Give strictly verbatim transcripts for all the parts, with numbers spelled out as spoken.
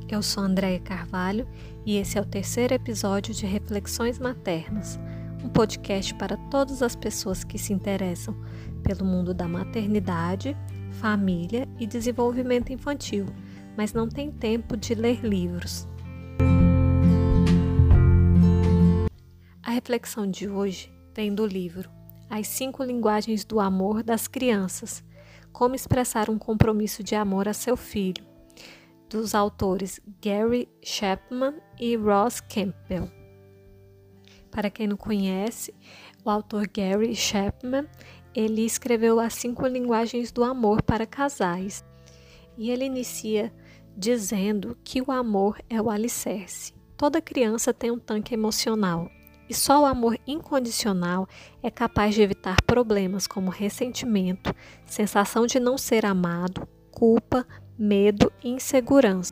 Eu sou Andréia Carvalho e esse é o terceiro episódio de Reflexões Maternas, um podcast para todas as pessoas que se interessam pelo mundo da maternidade, família e desenvolvimento infantil, mas não tem tempo de ler livros. A reflexão de hoje vem do livro As Cinco Linguagens do Amor das Crianças, Como Expressar um Compromisso de Amor a Seu Filho, dos autores Gary Chapman e Ross Campbell. Para quem não conhece, o autor Gary Chapman, ele escreveu As Cinco Linguagens do Amor para Casais, e ele inicia dizendo que o amor é o alicerce. Toda criança tem um tanque emocional, e só o amor incondicional é capaz de evitar problemas como ressentimento, sensação de não ser amado, culpa, medo e insegurança.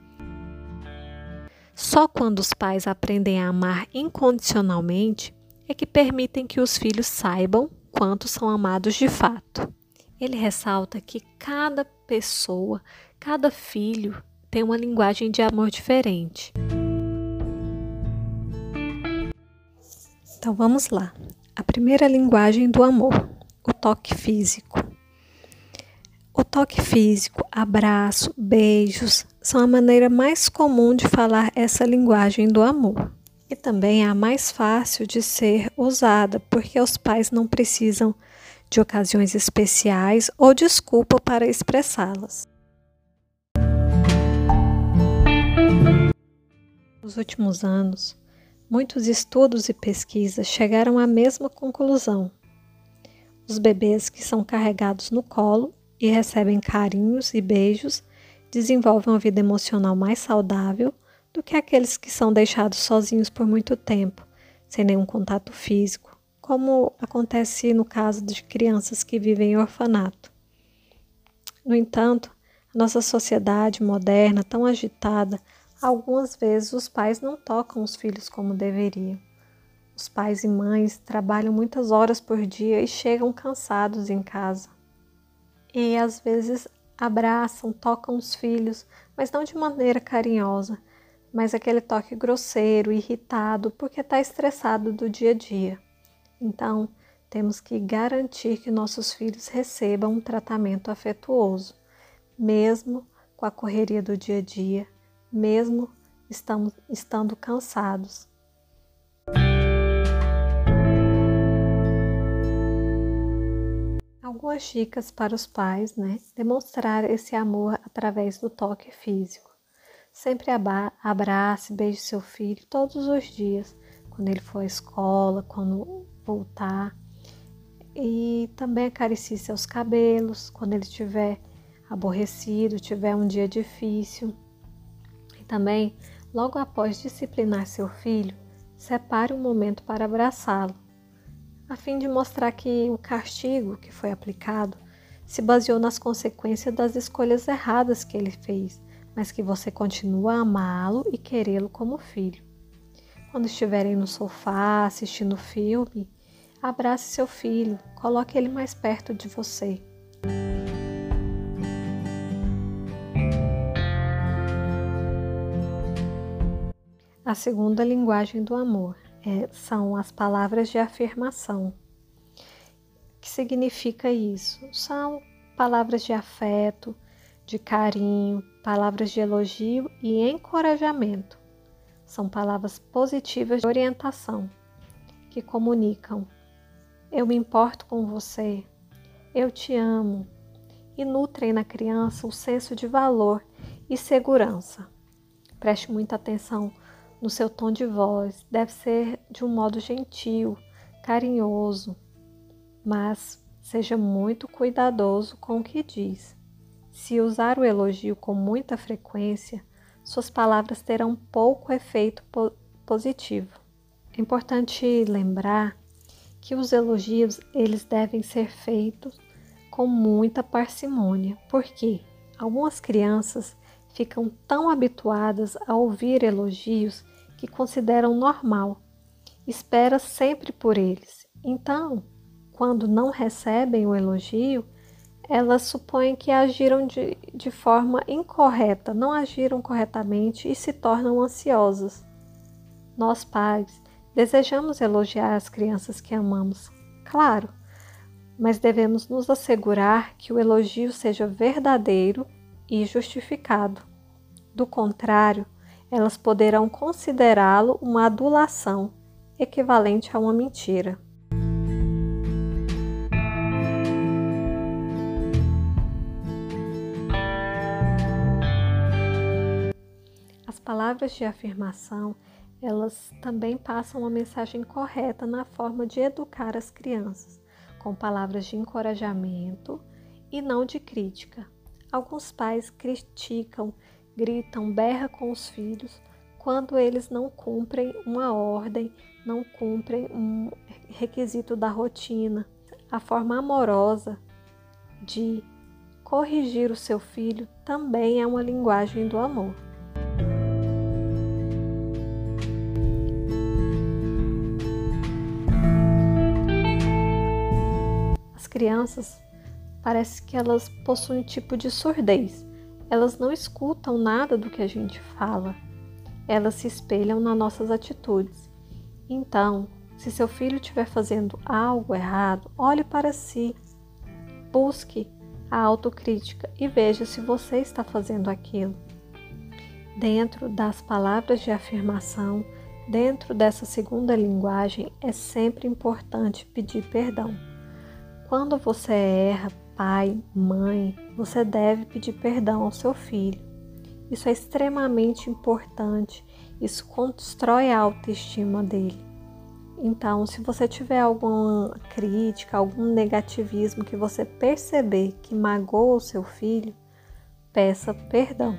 Só quando os pais aprendem a amar incondicionalmente é que permitem que os filhos saibam quanto são amados de fato. Ele ressalta que cada pessoa, cada filho tem uma linguagem de amor diferente. Então vamos lá. A primeira linguagem do amor, o toque físico. O toque físico, abraço, beijos, são a maneira mais comum de falar essa linguagem do amor. E também é a mais fácil de ser usada, porque os pais não precisam de ocasiões especiais ou desculpa para expressá-las. Nos últimos anos, muitos estudos e pesquisas chegaram à mesma conclusão. Os bebês que são carregados no colo e recebem carinhos e beijos desenvolvem uma vida emocional mais saudável do que aqueles que são deixados sozinhos por muito tempo, sem nenhum contato físico, como acontece no caso de crianças que vivem em orfanato. No entanto, a nossa sociedade moderna, tão agitada, algumas vezes os pais não tocam os filhos como deveriam. Os pais e mães trabalham muitas horas por dia e chegam cansados em casa. E às vezes abraçam, tocam os filhos, mas não de maneira carinhosa, mas aquele toque grosseiro, irritado, porque está estressado do dia a dia. Então, temos que garantir que nossos filhos recebam um tratamento afetuoso, mesmo com a correria do dia a dia, mesmo estamos, estando cansados. Algumas dicas para os pais, né? Demonstrar esse amor através do toque físico. Sempre abrace, beije seu filho todos os dias, quando ele for à escola, quando voltar. E também acaricie seus cabelos, quando ele estiver aborrecido, tiver um dia difícil. E também, logo após disciplinar seu filho, separe um momento para abraçá-lo, a fim de mostrar que o castigo que foi aplicado se baseou nas consequências das escolhas erradas que ele fez, mas que você continua a amá-lo e querê-lo como filho. Quando estiverem no sofá assistindo filme, abrace seu filho, coloque ele mais perto de você. A segunda linguagem do amor é, são as palavras de afirmação. O que significa isso? São palavras de afeto, de carinho, palavras de elogio e encorajamento. São palavras positivas de orientação, que comunicam: eu me importo com você, eu te amo, e nutrem na criança um senso de valor e segurança. Preste muita atenção no seu tom de voz, deve ser de um modo gentil, carinhoso, mas seja muito cuidadoso com o que diz. Se usar o elogio com muita frequência, suas palavras terão pouco efeito po- positivo. É importante lembrar que os elogios eles devem ser feitos com muita parcimônia, porque algumas crianças ficam tão habituadas a ouvir elogios que consideram normal, espera sempre por eles. Então, quando não recebem o elogio, elas supõem que agiram de, de forma incorreta, não agiram corretamente e se tornam ansiosas. Nós, pais, desejamos elogiar as crianças que amamos, claro, mas devemos nos assegurar que o elogio seja verdadeiro e justificado. Do contrário, elas poderão considerá-lo uma adulação, equivalente a uma mentira. As palavras de afirmação, elas também passam uma mensagem correta na forma de educar as crianças, com palavras de encorajamento e não de crítica. Alguns pais criticam, gritam, berram com os filhos quando eles não cumprem uma ordem, não cumprem um requisito da rotina. A forma amorosa de corrigir o seu filho também é uma linguagem do amor. As crianças, parece que elas possuem um tipo de surdez. Elas não escutam nada do que a gente fala. Elas se espelham nas nossas atitudes. Então, se seu filho estiver fazendo algo errado, olhe para si. Busque a autocrítica e veja se você está fazendo aquilo. Dentro das palavras de afirmação, dentro dessa segunda linguagem, é sempre importante pedir perdão. Quando você erra, pai, mãe, você deve pedir perdão ao seu filho. Isso é extremamente importante, isso constrói a autoestima dele. Então, se você tiver alguma crítica, algum negativismo que você perceber que magoa o seu filho, peça perdão.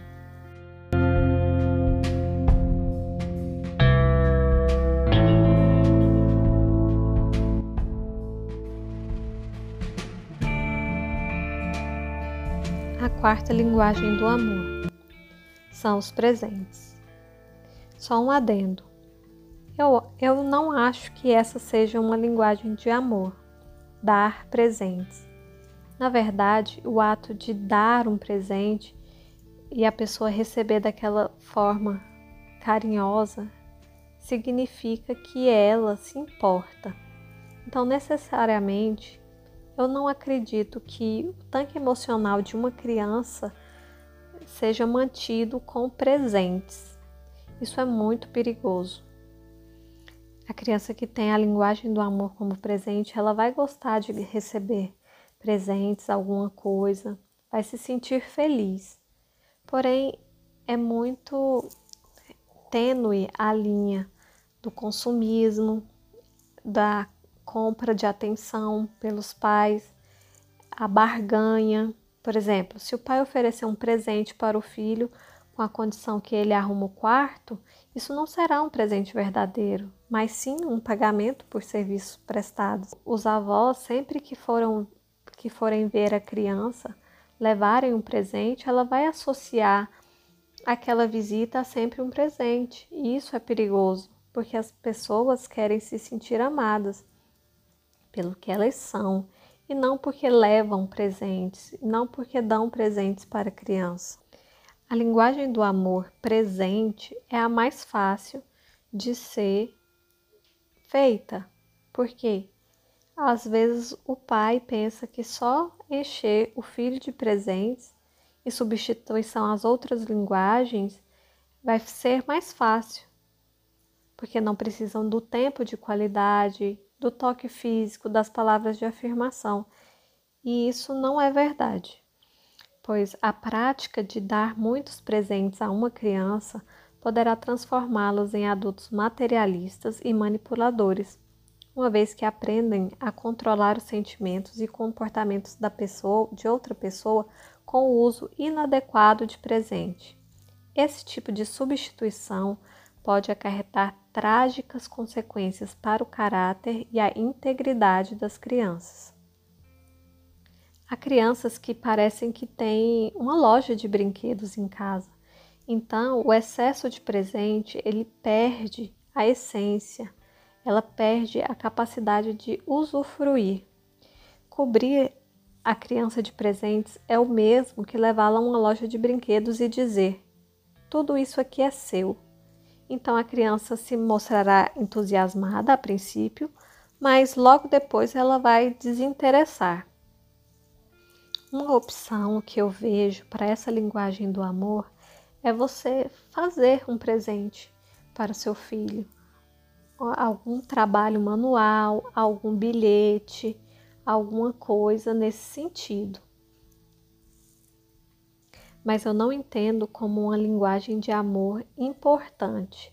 A quarta linguagem do amor são os presentes. Só um adendo. Eu, eu não acho que essa seja uma linguagem de amor, dar presentes. Na verdade, o ato de dar um presente e a pessoa receber daquela forma carinhosa significa que ela se importa. Então, necessariamente, eu não acredito que o tanque emocional de uma criança seja mantido com presentes. Isso é muito perigoso. A criança que tem a linguagem do amor como presente, ela vai gostar de receber presentes, alguma coisa, vai se sentir feliz. Porém, é muito tênue a linha do consumismo, da compra de atenção pelos pais, a barganha. Por exemplo, se o pai oferecer um presente para o filho com a condição que ele arruma o quarto, isso não será um presente verdadeiro, mas sim um pagamento por serviços prestados. Os avós, sempre que, foram, que forem ver a criança levarem um presente, ela vai associar aquela visita a sempre um presente. E isso é perigoso, porque as pessoas querem se sentir amadas pelo que elas são, e não porque levam presentes, não porque dão presentes para a criança. A linguagem do amor presente é a mais fácil de ser feita. Por quê? Às vezes o pai pensa que só encher o filho de presentes e substituição às outras linguagens vai ser mais fácil, porque não precisam do tempo de qualidade, do toque físico, das palavras de afirmação. E isso não é verdade, pois a prática de dar muitos presentes a uma criança poderá transformá-los em adultos materialistas e manipuladores, uma vez que aprendem a controlar os sentimentos e comportamentos da pessoa, de outra pessoa com o uso inadequado de presente. Esse tipo de substituição pode acarretar trágicas consequências para o caráter e a integridade das crianças. Há crianças que parecem que têm uma loja de brinquedos em casa. Então, o excesso de presente, ele perde a essência, ela perde a capacidade de usufruir. Cobrir a criança de presentes é o mesmo que levá-la a uma loja de brinquedos e dizer: tudo isso aqui é seu. Então a criança se mostrará entusiasmada a princípio, mas logo depois ela vai desinteressar. Uma opção que eu vejo para essa linguagem do amor é você fazer um presente para seu filho. Algum trabalho manual, algum bilhete, alguma coisa nesse sentido. Mas eu não entendo como uma linguagem de amor importante.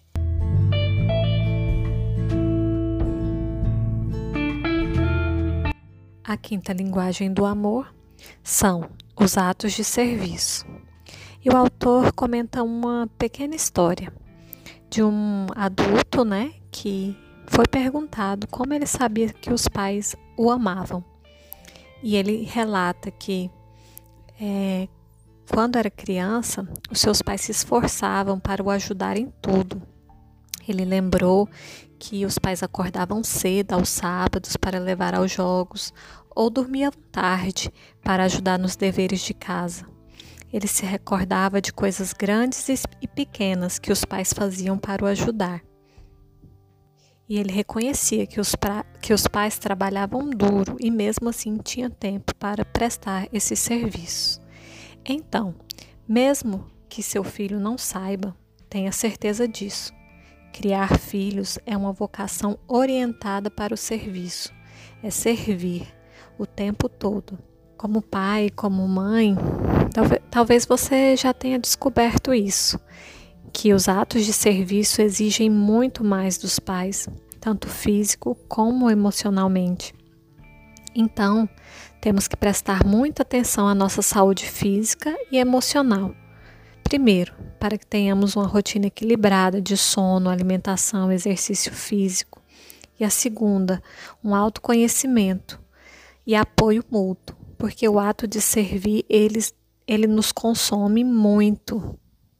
A quinta linguagem do amor são os atos de serviço. E o autor comenta uma pequena história de um adulto, né, que foi perguntado como ele sabia que os pais o amavam. E ele relata que é, quando era criança, os seus pais se esforçavam para o ajudar em tudo. Ele lembrou que os pais acordavam cedo aos sábados para levar aos jogos ou dormiam tarde para ajudar nos deveres de casa. Ele se recordava de coisas grandes e pequenas que os pais faziam para o ajudar. E ele reconhecia que os, pra, que os pais trabalhavam duro e mesmo assim tinham tempo para prestar esses serviços. Então, mesmo que seu filho não saiba, tenha certeza disso. Criar filhos é uma vocação orientada para o serviço, é servir o tempo todo. Como pai, como mãe, talvez, talvez você já tenha descoberto isso, que os atos de serviço exigem muito mais dos pais, tanto físico como emocionalmente. Então, temos que prestar muita atenção à nossa saúde física e emocional. Primeiro, para que tenhamos uma rotina equilibrada de sono, alimentação, exercício físico. E a segunda, um autoconhecimento e apoio mútuo, porque o ato de servir, ele, ele nos consome muito.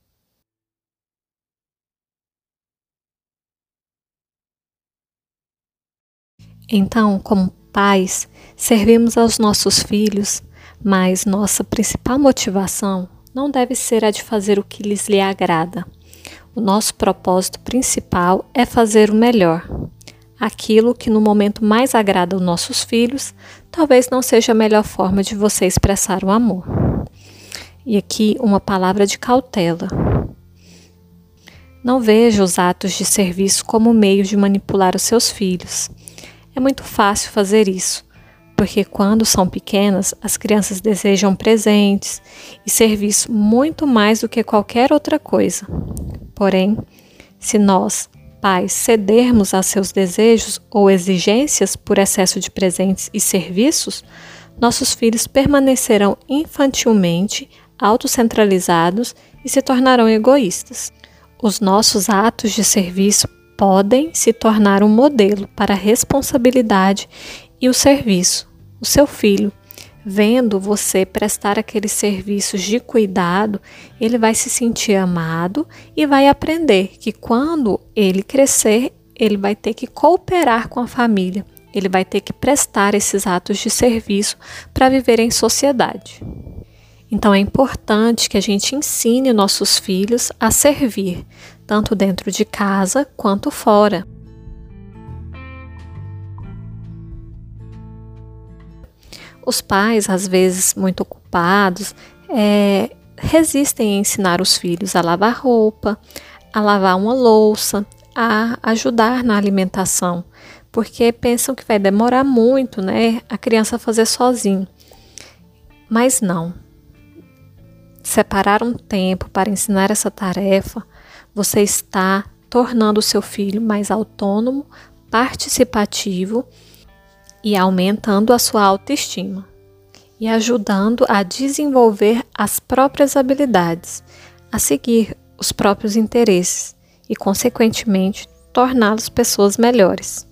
Então, como pais, servimos aos nossos filhos, mas nossa principal motivação não deve ser a de fazer o que lhes lhe agrada. O nosso propósito principal é fazer o melhor. Aquilo que no momento mais agrada aos nossos filhos, talvez não seja a melhor forma de você expressar o amor. E aqui uma palavra de cautela. Não veja os atos de serviço como meio de manipular os seus filhos. É muito fácil fazer isso, porque quando são pequenas, as crianças desejam presentes e serviço muito mais do que qualquer outra coisa. Porém, se nós, pais, cedermos a seus desejos ou exigências por excesso de presentes e serviços, nossos filhos permanecerão infantilmente autocentralizados e se tornarão egoístas. Os nossos atos de serviço podem se tornar um modelo para a responsabilidade e o serviço. O seu filho, vendo você prestar aqueles serviços de cuidado, ele vai se sentir amado e vai aprender que quando ele crescer, ele vai ter que cooperar com a família, ele vai ter que prestar esses atos de serviço para viver em sociedade. Então é importante que a gente ensine nossos filhos a servir, tanto dentro de casa quanto fora. Os pais, às vezes muito ocupados, é, resistem a ensinar os filhos a lavar roupa, a lavar uma louça, a ajudar na alimentação, porque pensam que vai demorar muito, né, a criança fazer sozinho. Mas não. Separar um tempo para ensinar essa tarefa, você está tornando o seu filho mais autônomo, participativo e aumentando a sua autoestima e ajudando a desenvolver as próprias habilidades, a seguir os próprios interesses e, consequentemente, torná-los pessoas melhores.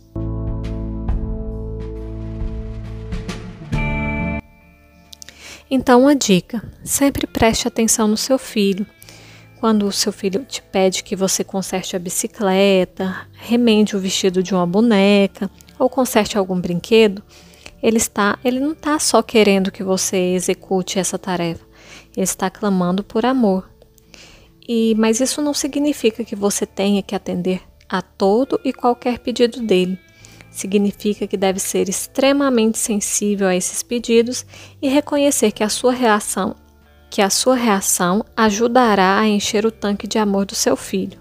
Então, uma dica: sempre preste atenção no seu filho. Quando o seu filho te pede que você conserte a bicicleta, remende o vestido de uma boneca ou conserte algum brinquedo, ele, está, ele não está só querendo que você execute essa tarefa, ele está clamando por amor. E, mas isso não significa que você tenha que atender a todo e qualquer pedido dele. Significa que deve ser extremamente sensível a esses pedidos e reconhecer que a sua reação, que a sua reação ajudará a encher o tanque de amor do seu filho.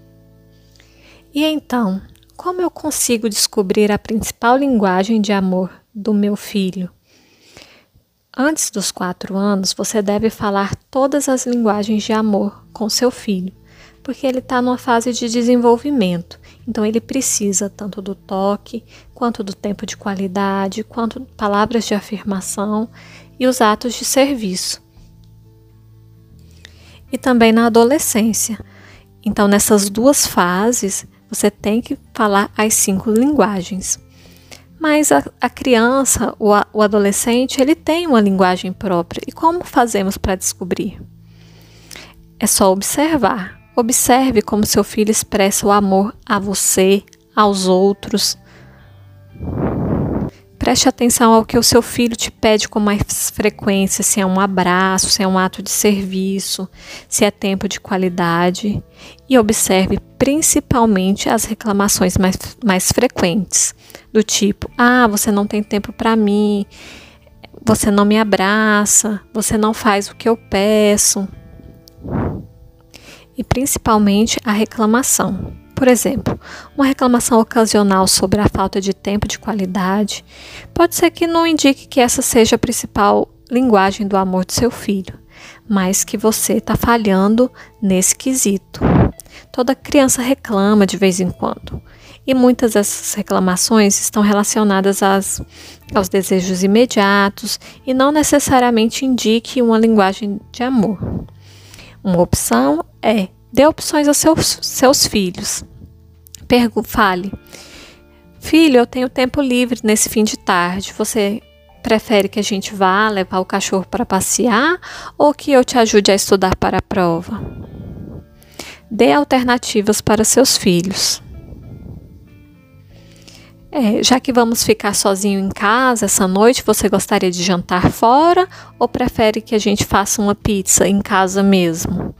E então, como eu consigo descobrir a principal linguagem de amor do meu filho? Antes dos quatro anos, você deve falar todas as linguagens de amor com seu filho, porque ele está numa fase de desenvolvimento. Então, ele precisa tanto do toque, quanto do tempo de qualidade, quanto de palavras de afirmação e os atos de serviço. E também na adolescência. Então, nessas duas fases, você tem que falar as cinco linguagens. Mas a, a criança, o, o adolescente, ele tem uma linguagem própria. E como fazemos para descobrir? É só observar. Observe como seu filho expressa o amor a você, aos outros. Preste atenção ao que o seu filho te pede com mais frequência, se é um abraço, se é um ato de serviço, se é tempo de qualidade. E observe principalmente as reclamações mais, mais frequentes, do tipo, ah, você não tem tempo para mim, você não me abraça, você não faz o que eu peço. E principalmente a reclamação. Por exemplo, uma reclamação ocasional sobre a falta de tempo de qualidade pode ser que não indique que essa seja a principal linguagem do amor do seu filho, mas que você está falhando nesse quesito. Toda criança reclama de vez em quando, e muitas dessas reclamações estão relacionadas às, aos desejos imediatos e não necessariamente indique uma linguagem de amor. Uma opção é: dê opções aos seus, seus filhos. Pergu, fale, filho, eu tenho tempo livre nesse fim de tarde. Você prefere que a gente vá levar o cachorro para passear ou que eu te ajude a estudar para a prova? Dê alternativas para seus filhos. É, já que vamos ficar sozinho em casa essa noite, você gostaria de jantar fora ou prefere que a gente faça uma pizza em casa mesmo?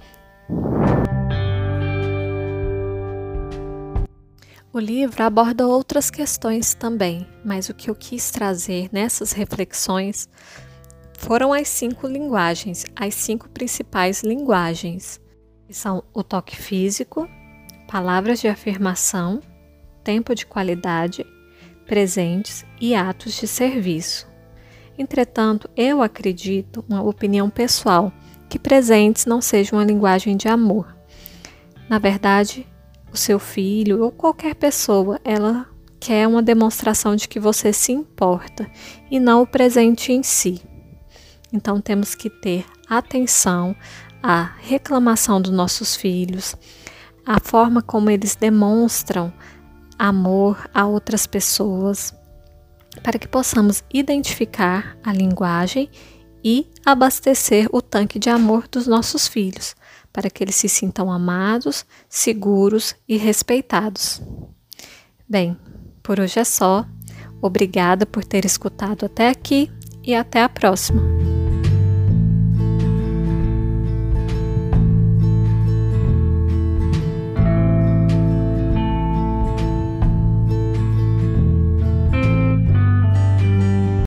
O livro aborda outras questões também, mas o que eu quis trazer nessas reflexões foram as cinco linguagens, as cinco principais linguagens, que são o toque físico, palavras de afirmação, tempo de qualidade, presentes e atos de serviço. Entretanto, eu acredito, uma opinião pessoal, que presentes não sejam uma linguagem de amor. Na verdade, o seu filho ou qualquer pessoa, ela quer uma demonstração de que você se importa e não o presente em si. Então temos que ter atenção à reclamação dos nossos filhos, à forma como eles demonstram amor a outras pessoas, para que possamos identificar a linguagem e abastecer o tanque de amor dos nossos filhos, para que eles se sintam amados, seguros e respeitados. Bem, por hoje é só. Obrigada por ter escutado até aqui e até a próxima.